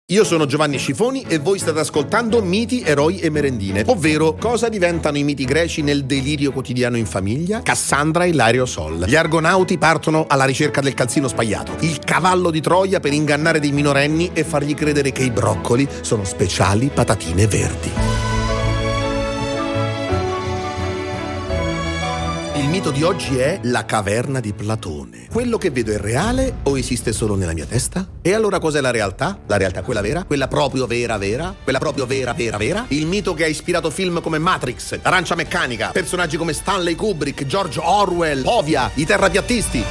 Io sono Giovanni Scifoni e voi state ascoltando Miti, Eroi e Merendine, ovvero cosa diventano i miti greci nel delirio quotidiano in famiglia? Cassandra e l'Aerosol. Gli argonauti partono alla ricerca del calzino spagliato. Il cavallo di Troia per ingannare dei minorenni e fargli credere che i broccoli sono speciali patatine verdi. Il mito di oggi è la caverna di Platone. Quello che vedo è reale o esiste solo nella mia testa? E allora cos'è la realtà? La realtà quella vera? Quella proprio vera? Quella proprio vera? Il mito che ha ispirato film come Matrix, Arancia Meccanica, personaggi come Stanley Kubrick, George Orwell, Povia, i terrapiattisti.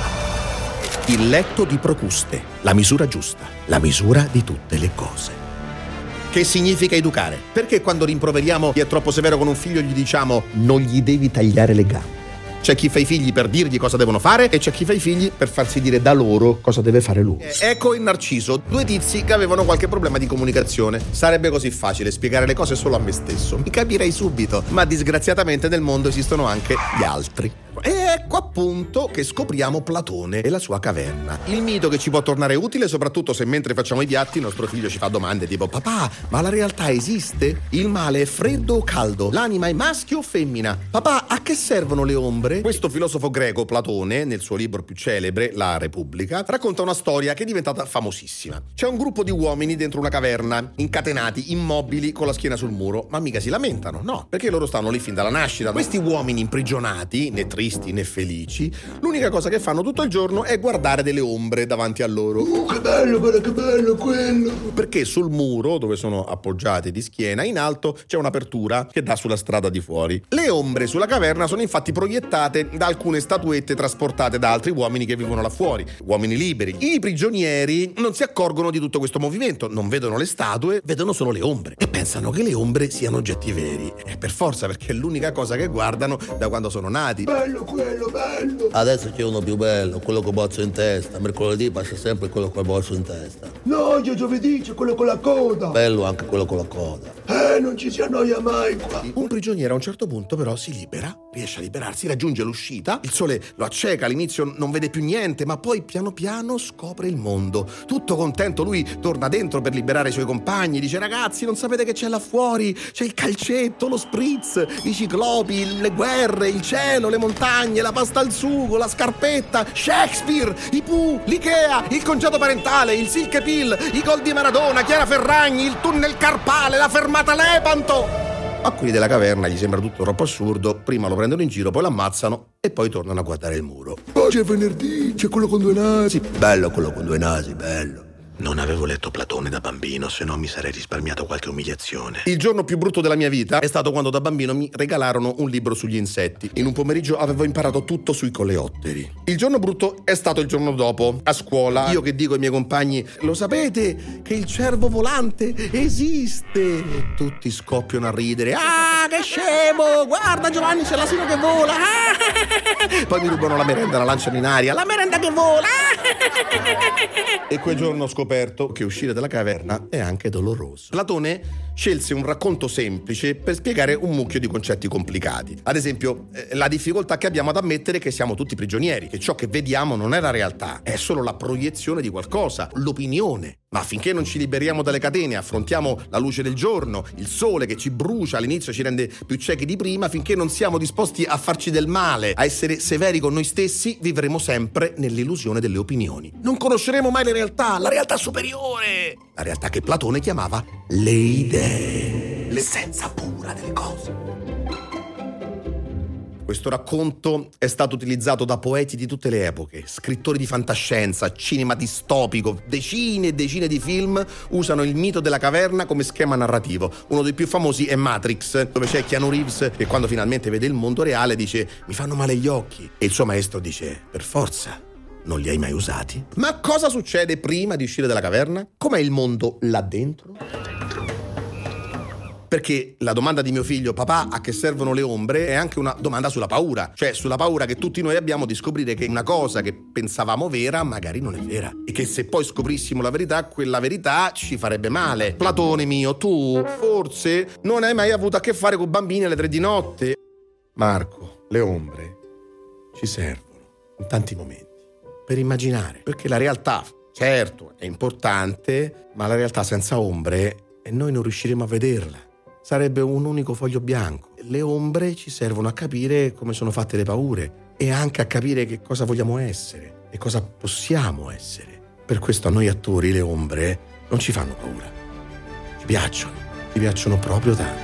Il letto di Procuste, la misura giusta, la misura di tutte le cose. Che significa educare? Perché quando rimproveriamo chi è troppo severo con un figlio gli diciamo non gli devi tagliare le gambe? C'è chi fa i figli per dirgli cosa devono fare e c'è chi fa i figli per farsi dire da loro cosa deve fare lui. Eco e Narciso, due tizi che avevano qualche problema di comunicazione. Sarebbe così facile spiegare le cose solo a me stesso. Mi capirei subito, ma disgraziatamente nel mondo esistono anche gli altri. E ecco appunto che scopriamo Platone e la sua caverna. Il mito che ci può tornare utile soprattutto se mentre facciamo i piatti nostro figlio ci fa domande tipo: papà, ma la realtà esiste? Il male è freddo o caldo? L'anima è maschio o femmina? Papà, a che servono le ombre? Questo filosofo greco, Platone, nel suo libro più celebre, La Repubblica, racconta una storia che è diventata famosissima. C'è un gruppo di uomini dentro una caverna, incatenati, immobili, con la schiena sul muro, ma mica si lamentano, no, perché loro stanno lì fin dalla nascita. Questi uomini imprigionati, né tristi né felici, l'unica cosa che fanno tutto il giorno è guardare delle ombre davanti a loro. Che bello, guarda che bello quello! Perché sul muro, dove sono appoggiati di schiena, in alto c'è un'apertura che dà sulla strada di fuori. Le ombre sulla caverna sono infatti proiettate da alcune statuette trasportate da altri uomini che vivono là fuori, uomini liberi. I prigionieri non si accorgono di tutto questo movimento, non vedono le statue, vedono solo le ombre e pensano che le ombre siano oggetti veri. E per forza, perché è l'unica cosa che guardano da quando sono nati. Bello quello, bello! Adesso c'è uno più bello, quello con bolso in testa. Mercoledì passa sempre quello col bolso in testa. No, io giovedì c'è quello con la coda. Bello anche quello con la coda. Non ci si annoia mai qua. Un prigioniero a un certo punto però si libera, riesce a liberarsi, raggiunge l'uscita, il sole lo acceca, all'inizio non vede più niente, ma poi piano piano scopre il mondo. Tutto contento lui torna dentro per liberare i suoi compagni, dice: ragazzi, non sapete che c'è là fuori? C'è il calcetto, lo spritz, i ciclopi, le guerre, il cielo, le montagne, la pasta al sugo, la scarpetta, Shakespeare, i Pooh, l'Ikea, il congedo parentale, il Silk Pill, i gol di Maradona, Chiara Ferragni, il tunnel carpale, la fermata Lepanto. A quelli della caverna gli sembra tutto troppo assurdo, prima lo prendono in giro, poi lo ammazzano e poi tornano a guardare il muro. Oggi è venerdì, c'è quello con due nasi. Bello quello con due nasi, bello. Non avevo letto Platone da bambino, se no mi sarei risparmiato qualche umiliazione. Il giorno più brutto della mia vita è stato quando da bambino mi regalarono un libro sugli insetti. In un pomeriggio avevo imparato tutto sui coleotteri. Il giorno brutto è stato il giorno dopo, a scuola. Io che dico ai miei compagni: lo sapete che il cervo volante esiste? E tutti scoppiano a ridere. Ah, che scemo! Guarda Giovanni, c'è l'asino che vola! Poi mi rubano la merenda, la lanciano in aria. La merenda che vola! E quel giorno ho scoperto che uscire dalla caverna è anche doloroso. Platone scelse un racconto semplice per spiegare un mucchio di concetti complicati. Ad esempio, la difficoltà che abbiamo ad ammettere che siamo tutti prigionieri, che ciò che vediamo non è la realtà, è solo la proiezione di qualcosa, l'opinione. Ma finché non ci liberiamo dalle catene, affrontiamo la luce del giorno, il sole che ci brucia, all'inizio ci rende più ciechi di prima, finché non siamo disposti a farci del male, a essere severi con noi stessi, vivremo sempre nell'illusione delle opinioni. Non conosceremo mai la realtà superiore, la realtà che Platone chiamava le idee, l'essenza pura delle cose. Questo racconto è stato utilizzato da poeti di tutte le epoche, scrittori di fantascienza, cinema distopico, decine e decine di film usano il mito della caverna come schema narrativo. Uno dei più famosi è Matrix, dove c'è Keanu Reeves che quando finalmente vede il mondo reale dice: mi fanno male gli occhi, e il suo maestro dice: per forza, non li hai mai usati? Ma cosa succede prima di uscire dalla caverna? Com'è il mondo là dentro? Perché la domanda di mio figlio, papà, a che servono le ombre, è anche una domanda sulla paura. Cioè sulla paura che tutti noi abbiamo di scoprire che una cosa che pensavamo vera magari non è vera. E che se poi scoprissimo la verità, quella verità ci farebbe male. Platone mio, tu forse non hai mai avuto a che fare con bambini alle 3 di notte. Marco, le ombre ci servono in tanti momenti per immaginare. Perché la realtà certo, è importante, ma la realtà senza ombre e noi non riusciremo a vederla. Sarebbe un unico foglio bianco. Le ombre ci servono a capire come sono fatte le paure e anche a capire che cosa vogliamo essere e cosa possiamo essere. Per questo a noi attori le ombre non ci fanno paura. Ci piacciono proprio tanto.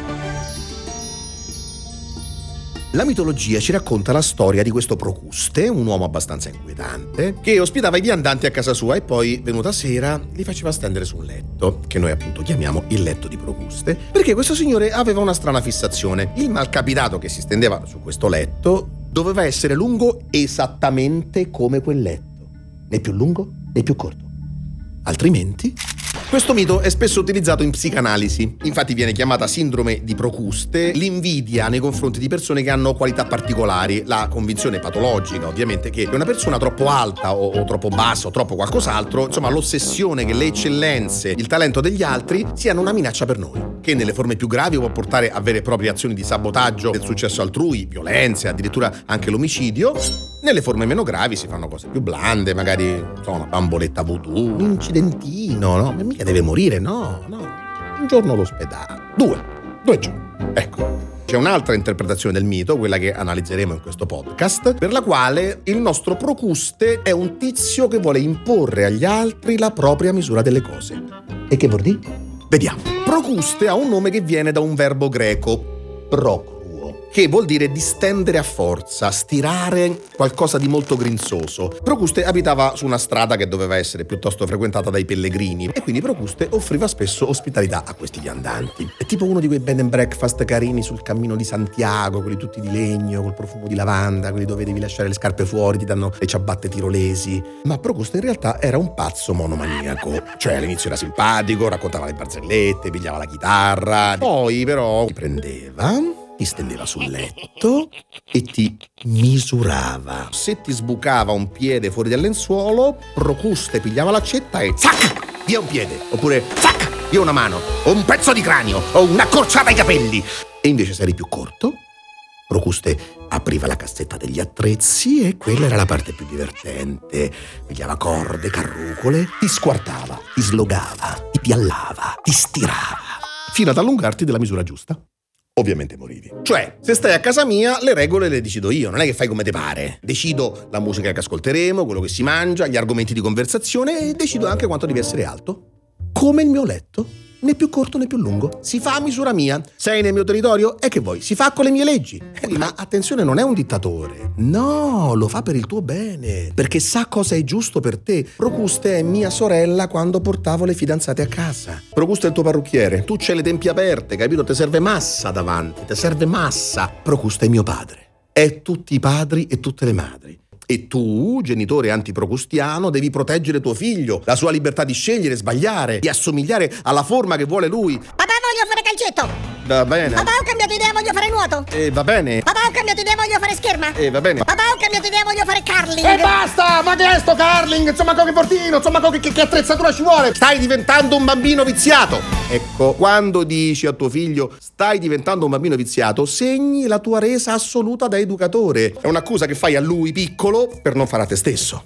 La mitologia ci racconta la storia di questo Procuste, un uomo abbastanza inquietante, che ospitava i viandanti a casa sua e poi, venuta sera, li faceva stendere su un letto, che noi appunto chiamiamo il letto di Procuste, perché questo signore aveva una strana fissazione. Il malcapitato che si stendeva su questo letto doveva essere lungo esattamente come quel letto, né più lungo né più corto. Altrimenti... Questo mito è spesso utilizzato in psicanalisi, infatti viene chiamata sindrome di Procuste l'invidia nei confronti di persone che hanno qualità particolari, la convinzione patologica ovviamente che una persona troppo alta o troppo bassa o troppo qualcos'altro, insomma l'ossessione che le eccellenze, il talento degli altri siano una minaccia per noi, che nelle forme più gravi può portare a vere e proprie azioni di sabotaggio del successo altrui, violenze, addirittura anche l'omicidio. Nelle forme meno gravi si fanno cose più blande, magari una bamboletta voodoo, un incidentino, no? Ma mica deve morire, no. Un giorno all'ospedale. Due giorni. Ecco. C'è un'altra interpretazione del mito, quella che analizzeremo in questo podcast, per la quale il nostro Procuste è un tizio che vuole imporre agli altri la propria misura delle cose. E che vuol dire? Vediamo. Procuste ha un nome che viene da un verbo greco, procruo, che vuol dire distendere a forza, stirare qualcosa di molto grinzoso. Procuste abitava su una strada che doveva essere piuttosto frequentata dai pellegrini e quindi Procuste offriva spesso ospitalità a questi viandanti. È tipo uno di quei bed and breakfast carini sul cammino di Santiago, quelli tutti di legno, col profumo di lavanda, quelli dove devi lasciare le scarpe fuori, ti danno le ciabatte tirolesi. Ma Procuste in realtà era un pazzo monomaniaco. Cioè all'inizio era simpatico, raccontava le barzellette, pigliava la chitarra, poi però ti prendeva, ti stendeva sul letto e ti misurava. Se ti sbucava un piede fuori dal lenzuolo, Procuste pigliava l'accetta e zac! Via un piede. Oppure zac! Via una mano. O un pezzo di cranio. O un'accorciata ai capelli. E invece se eri più corto, Procuste apriva la cassetta degli attrezzi e quella era la parte più divertente. Pigliava corde, carrucole, ti squartava, ti slogava, ti piallava, ti stirava, fino ad allungarti della misura giusta. Ovviamente morivi. Cioè, se stai a casa mia, le regole le decido io, non è che fai come te pare. Decido la musica che ascolteremo, quello che si mangia, gli argomenti di conversazione e decido anche quanto devi essere alto. Come il mio letto, né più corto né più lungo. Si fa a misura mia. Sei nel mio territorio? E che vuoi? Si fa con le mie leggi. Ma attenzione, non è un dittatore. No, lo fa per il tuo bene, perché sa cosa è giusto per te. Procuste è mia sorella quando portavo le fidanzate a casa. Procuste è il tuo parrucchiere. Tu c'hai le tempie aperte, capito? Ti serve massa davanti, ti serve massa. Procuste è mio padre. È tutti i padri e tutte le madri. E tu, genitore antiprocustiano, devi proteggere tuo figlio, la sua libertà di scegliere, sbagliare, di assomigliare alla forma che vuole lui. Papà, voglio fare calcetto! Va bene. Papà, ho cambiato idea, voglio fare nuoto! Va bene. Papà, ho cambiato idea, voglio fare scherma! Va bene. Papà, ho cambiato idea, voglio fare curling! E basta! Ma che è sto curling? Insomma, che portino? Insomma, che attrezzatura ci vuole? Stai diventando un bambino viziato! Ecco, quando dici a tuo figlio stai diventando un bambino viziato, segni la tua resa assoluta da educatore. È un'accusa che fai a lui piccolo per non fare a te stesso.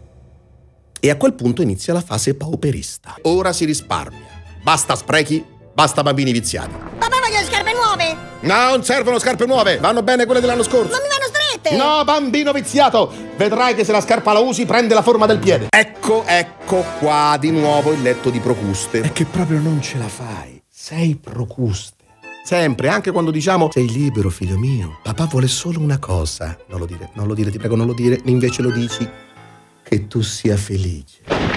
E a quel punto inizia la fase pauperista. Ora si risparmia. Basta sprechi, basta bambini viziati. Papà, voglio le scarpe nuove! No, non servono scarpe nuove, vanno bene quelle dell'anno scorso. Non mi vanno strette! No, bambino viziato! Vedrai che se la scarpa la usi prende la forma del piede. Ecco qua di nuovo il letto di Procuste. È che proprio non ce la fai. Sei Procuste. Sempre, anche quando diciamo sei libero, figlio mio. Papà vuole solo una cosa. Non lo dire, ti prego, non lo dire. Invece lo dici, che tu sia felice.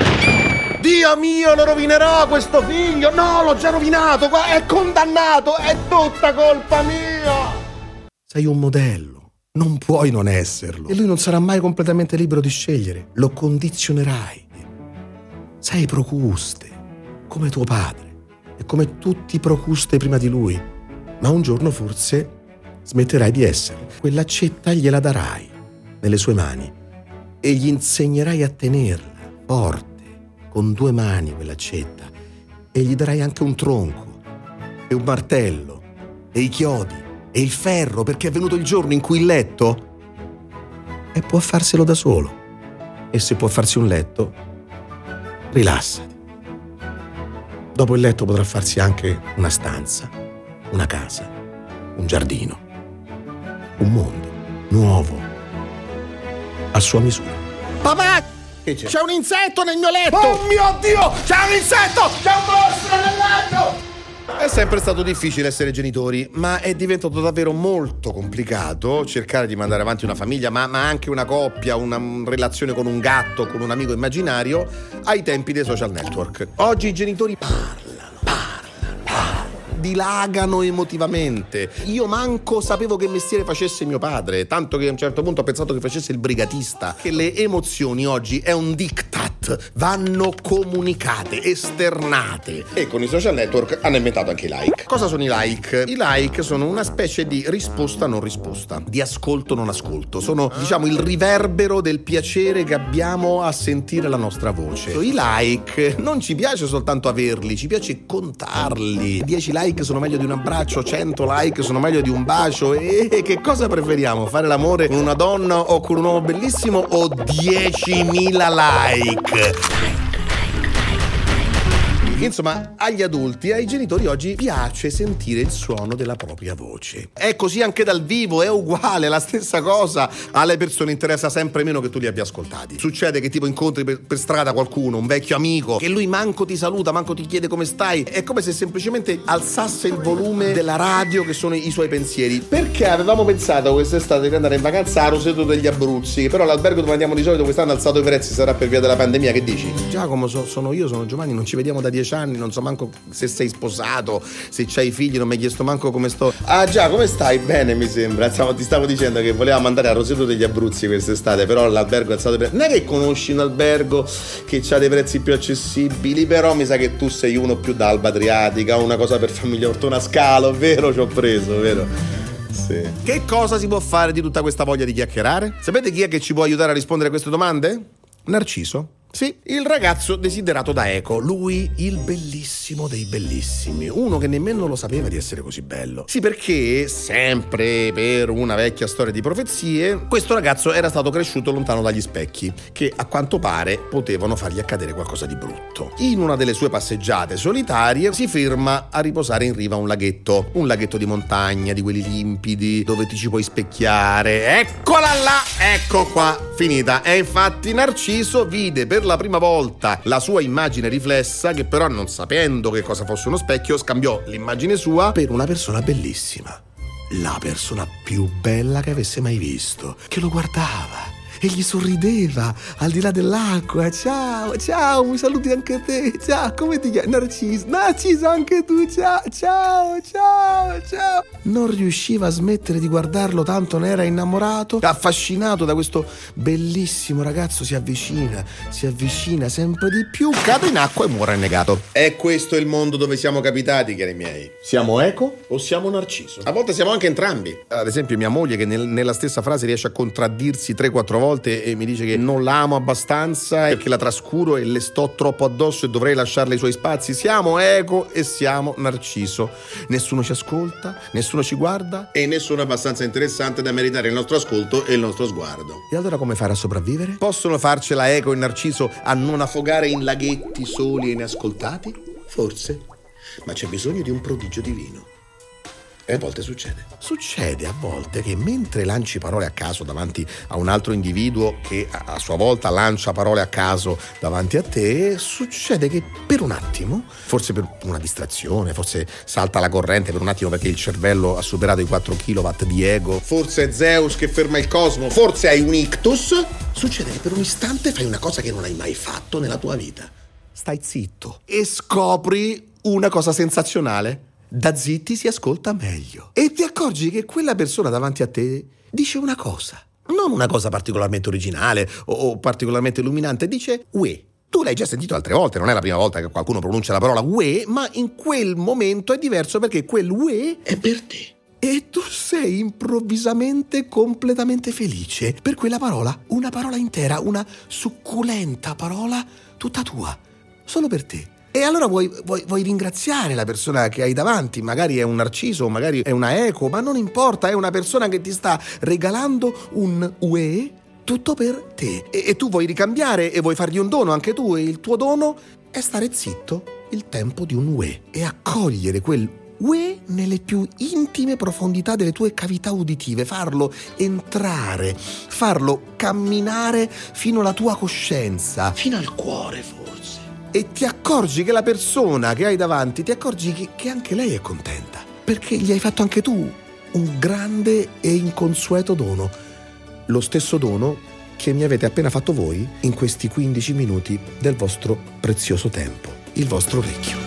Dio mio, lo rovinerò questo figlio! No, l'ho già rovinato, è condannato, è tutta colpa mia! Sei un modello, non puoi non esserlo. E lui non sarà mai completamente libero di scegliere, lo condizionerai. Sei Procuste, come tuo padre, e come tutti i Procuste prima di lui. Ma un giorno forse smetterai di esserlo. Quell'accetta gliela darai nelle sue mani e gli insegnerai a tenerla forte, con 2 mani quell'accetta, e gli darai anche un tronco e un martello e i chiodi e il ferro, perché è venuto il giorno in cui il letto può farselo da solo. E se può farsi un letto, rilassati. Dopo il letto potrà farsi anche una stanza, una casa, un giardino, un mondo nuovo, a sua misura. Papà! Che c'è? C'è un insetto nel mio letto! Oh mio Dio! C'è un insetto! C'è un mostro nel letto! È sempre stato difficile essere genitori, ma è diventato davvero molto complicato cercare di mandare avanti una famiglia, ma anche una coppia, una relazione con un gatto, con un amico immaginario, ai tempi dei social network. Oggi i genitori dilagano emotivamente. Io manco sapevo che mestiere facesse mio padre, tanto che a un certo punto ho pensato che facesse il brigatista. Che le emozioni oggi è un diktat, vanno comunicate, esternate. E con i social network hanno inventato anche i like. Cosa sono i like? I like sono una specie di risposta non risposta, di ascolto non ascolto. Sono, diciamo, il riverbero del piacere che abbiamo a sentire la nostra voce. I like non ci piace soltanto averli, ci piace contarli. 10 like sono meglio di un abbraccio, 100 like sono meglio di un bacio. E che cosa preferiamo? Fare l'amore con una donna o con un uomo bellissimo o 10.000 like? Insomma, agli adulti, ai genitori oggi piace sentire il suono della propria voce. È così anche dal vivo, è uguale, la stessa cosa. Alle persone interessa sempre meno che tu li abbia ascoltati. Succede che tipo incontri per strada qualcuno, un vecchio amico, che lui manco ti saluta, manco ti chiede come stai. È come se semplicemente alzasse il volume della radio che sono i suoi pensieri. Perché avevamo pensato quest'estate di andare in vacanza a Roseto degli Abruzzi, però l'albergo dove andiamo di solito quest'anno ha alzato i prezzi, sarà per via della pandemia. Che dici? Giacomo, sono io, sono Giovanni, non ci vediamo da 10 anni, non so manco se sei sposato, se c'hai figli, non mi hai chiesto manco come sto. Ah già, come stai? Bene, mi sembra. Ti stavo dicendo che volevamo andare a Roseto degli Abruzzi quest'estate, però l'albergo è alzato i prezzi. Non è che conosci un albergo che ha dei prezzi più accessibili, però mi sa che tu sei uno più da Alba Adriatica, una cosa per famiglia Ortonascalo, vero? Ci ho preso, vero? Sì. Che cosa si può fare di tutta questa voglia di chiacchierare? Sapete chi è che ci può aiutare a rispondere a queste domande? Narciso. Sì, il ragazzo desiderato da Eco, lui il bellissimo dei bellissimi, uno che nemmeno lo sapeva di essere così bello. Sì, perché, sempre per una vecchia storia di profezie, questo ragazzo era stato cresciuto lontano dagli specchi, che a quanto pare potevano fargli accadere qualcosa di brutto. In una delle sue passeggiate solitarie si ferma a riposare in riva a un laghetto di montagna, di quelli limpidi, dove ti ci puoi specchiare. Eccola là, ecco qua, finita. E infatti Narciso vide per la prima volta la sua immagine riflessa, che però, non sapendo che cosa fosse uno specchio, scambiò l'immagine sua per una persona bellissima, la persona più bella che avesse mai visto, che lo guardava e gli sorrideva al di là dell'acqua. Ciao, mi saluti anche te. Ciao, come ti chiami? Narciso, anche tu. Ciao. Non riusciva a smettere di guardarlo, tanto ne era innamorato. Affascinato da questo bellissimo ragazzo, si avvicina sempre di più, cade in acqua e muore annegato. È questo il mondo dove siamo capitati, cari miei. Siamo Eco o siamo Narciso? A volte siamo anche entrambi. Ad esempio mia moglie, che nella stessa frase riesce a contraddirsi 3-4 volte e mi dice che non la amo abbastanza perché la trascuro e le sto troppo addosso e dovrei lasciarle i suoi spazi. Siamo Eco e siamo Narciso. Nessuno ci ascolta, nessuno ci guarda e nessuno è abbastanza interessante da meritare il nostro ascolto e il nostro sguardo. E allora come fare a sopravvivere? Possono farcela Eco e Narciso a non affogare in laghetti soli e inascoltati? Forse, ma c'è bisogno di un prodigio divino. E a volte succede. Succede a volte che mentre lanci parole a caso davanti a un altro individuo che a sua volta lancia parole a caso davanti a te, succede che per un attimo, forse per una distrazione, forse salta la corrente per un attimo perché il cervello ha superato i 4 kW di ego, forse è Zeus che ferma il cosmo, forse hai un ictus, succede che per un istante fai una cosa che non hai mai fatto nella tua vita. Stai zitto e scopri una cosa sensazionale. Da zitti si ascolta meglio e ti accorgi che quella persona davanti a te dice una cosa, non una cosa particolarmente originale o particolarmente illuminante, dice uè. Tu l'hai già sentito altre volte, non è la prima volta che qualcuno pronuncia la parola uè, ma in quel momento è diverso perché quel uè è per te. E tu sei improvvisamente completamente felice per quella parola, una parola intera, una succulenta parola tutta tua, solo per te. E allora vuoi ringraziare la persona che hai davanti, magari è un Narciso, magari è una Eco, ma non importa, è una persona che ti sta regalando un uè tutto per te. E tu vuoi ricambiare e vuoi fargli un dono anche tu, e il tuo dono è stare zitto il tempo di un uè e accogliere quel uè nelle più intime profondità delle tue cavità uditive, farlo entrare, farlo camminare fino alla tua coscienza, Fino al cuore, forse. e ti accorgi che la persona che hai davanti, ti accorgi che anche lei è contenta, perché gli hai fatto anche tu un grande e inconsueto dono, lo stesso dono che mi avete appena fatto voi in questi 15 minuti del vostro prezioso tempo, il vostro orecchio.